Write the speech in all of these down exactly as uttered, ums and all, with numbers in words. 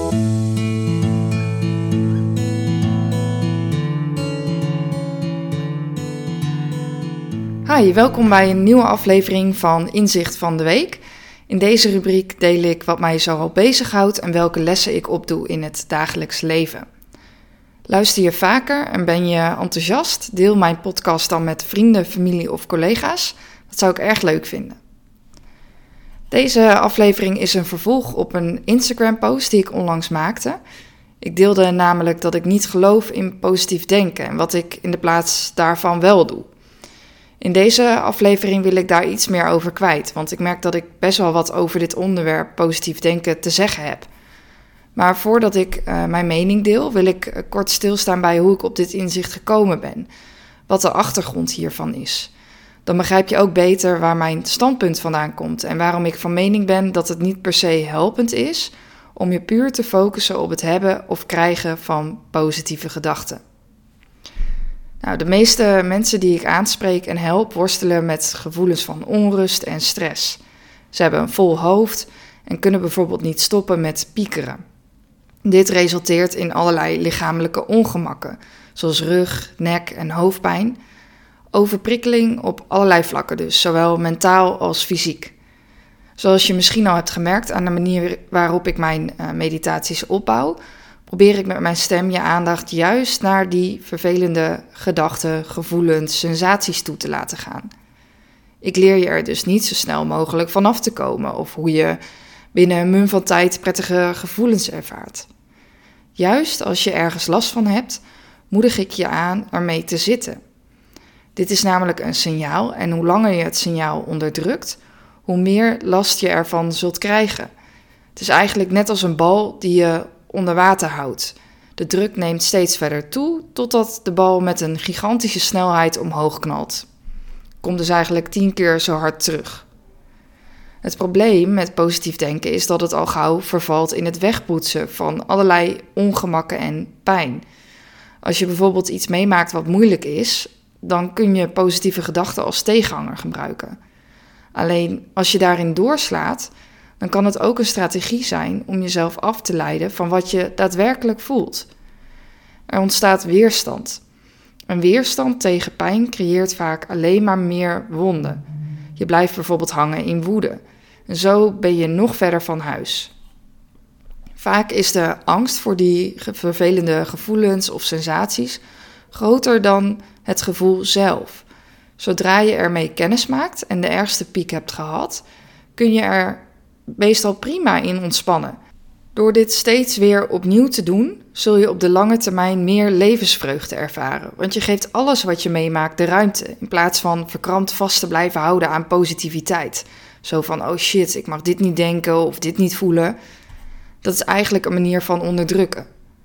Hi, welkom bij een nieuwe aflevering van Inzicht van de Week. In deze rubriek deel ik wat mij zoal bezighoudt en welke lessen ik opdoe in het dagelijks leven. Luister je vaker en ben je enthousiast? Deel mijn podcast dan met vrienden, familie of collega's. Dat zou ik erg leuk vinden. Deze aflevering is een vervolg op een Instagram-post die ik onlangs maakte. Ik deelde namelijk dat ik niet geloof in positief denken en wat ik in de plaats daarvan wel doe. In deze aflevering wil ik daar iets meer over kwijt, want ik merk dat ik best wel wat over dit onderwerp positief denken te zeggen heb. Maar voordat ik uh, mijn mening deel, wil ik uh, kort stilstaan bij hoe ik op dit inzicht gekomen ben. Wat de achtergrond hiervan is. Dan begrijp je ook beter waar mijn standpunt vandaan komt en waarom ik van mening ben dat het niet per se helpend is om je puur te focussen op het hebben of krijgen van positieve gedachten. Nou, de meeste mensen die ik aanspreek en help worstelen met gevoelens van onrust en stress. Ze hebben een vol hoofd en kunnen bijvoorbeeld niet stoppen met piekeren. Dit resulteert in allerlei lichamelijke ongemakken, zoals rug, nek en hoofdpijn. Overprikkeling op allerlei vlakken dus, zowel mentaal als fysiek. Zoals je misschien al hebt gemerkt aan de manier waarop ik mijn uh, meditaties opbouw, probeer ik met mijn stem je aandacht juist naar die vervelende gedachten, gevoelens, sensaties toe te laten gaan. Ik leer je er dus niet zo snel mogelijk vanaf te komen of hoe je binnen een mum van tijd prettige gevoelens ervaart. Juist als je ergens last van hebt, moedig ik je aan ermee te zitten. Dit is namelijk een signaal en hoe langer je het signaal onderdrukt, hoe meer last je ervan zult krijgen. Het is eigenlijk net als een bal die je onder water houdt. De druk neemt steeds verder toe, totdat de bal met een gigantische snelheid omhoog knalt. Komt dus eigenlijk tien keer zo hard terug. Het probleem met positief denken is dat het al gauw vervalt in het wegpoetsen van allerlei ongemakken en pijn. Als je bijvoorbeeld iets meemaakt wat moeilijk is, dan kun je positieve gedachten als tegenhanger gebruiken. Alleen als je daarin doorslaat, dan kan het ook een strategie zijn om jezelf af te leiden van wat je daadwerkelijk voelt. Er ontstaat weerstand. Een weerstand tegen pijn creëert vaak alleen maar meer wonden. Je blijft bijvoorbeeld hangen in woede. En zo ben je nog verder van huis. Vaak is de angst voor die vervelende gevoelens of sensaties groter dan het gevoel zelf. Zodra je ermee kennis maakt en de ergste piek hebt gehad, kun je er meestal prima in ontspannen. Door dit steeds weer opnieuw te doen, zul je op de lange termijn meer levensvreugde ervaren. Want je geeft alles wat je meemaakt de ruimte, in plaats van verkrampt vast te blijven houden aan positiviteit. Zo van, oh shit, ik mag dit niet denken of dit niet voelen. Dat is eigenlijk een manier van onderdrukken.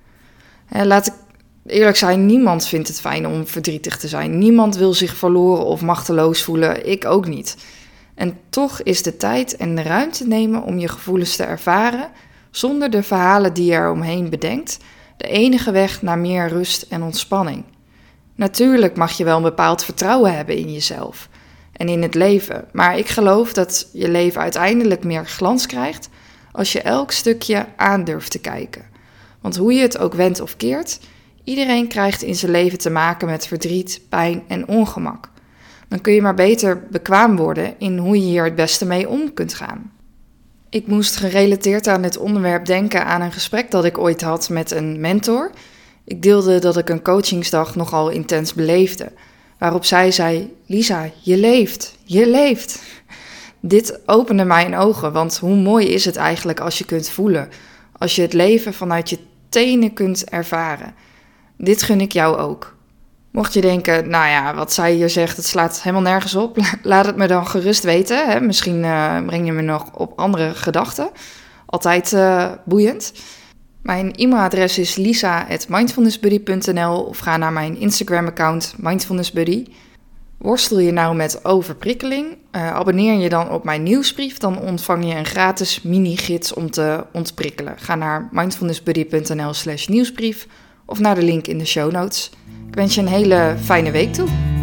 En laat ik eerlijk zijn, niemand vindt het fijn om verdrietig te zijn. Niemand wil zich verloren of machteloos voelen, ik ook niet. En toch is de tijd en de ruimte nemen om je gevoelens te ervaren, zonder de verhalen die je er omheen bedenkt, de enige weg naar meer rust en ontspanning. Natuurlijk mag je wel een bepaald vertrouwen hebben in jezelf en in het leven, maar ik geloof dat je leven uiteindelijk meer glans krijgt als je elk stukje aandurft te kijken. Want hoe je het ook wendt of keert, iedereen krijgt in zijn leven te maken met verdriet, pijn en ongemak. Dan kun je maar beter bekwaam worden in hoe je hier het beste mee om kunt gaan. Ik moest gerelateerd aan dit onderwerp denken aan een gesprek dat ik ooit had met een mentor. Ik deelde dat ik een coachingsdag nogal intens beleefde, waarop zij zei, Lisa, je leeft, je leeft. Dit opende mijn ogen, want hoe mooi is het eigenlijk als je kunt voelen, als je het leven vanuit je tenen kunt ervaren. Dit gun ik jou ook. Mocht je denken, nou ja, wat zij hier zegt, het slaat helemaal nergens op. Laat het me dan gerust weten. Hè? Misschien uh, breng je me nog op andere gedachten. Altijd uh, boeiend. Mijn e-mailadres is lisa at mindfulnessbuddy punt n l of ga naar mijn Instagram-account mindfulnessbuddy. Worstel je nou met overprikkeling? Uh, abonneer je dan op mijn nieuwsbrief, dan ontvang je een gratis mini-gids om te ontprikkelen. Ga naar mindfulnessbuddy punt n l slash nieuwsbrief of naar de link in de show notes. Ik wens je een hele fijne week toe.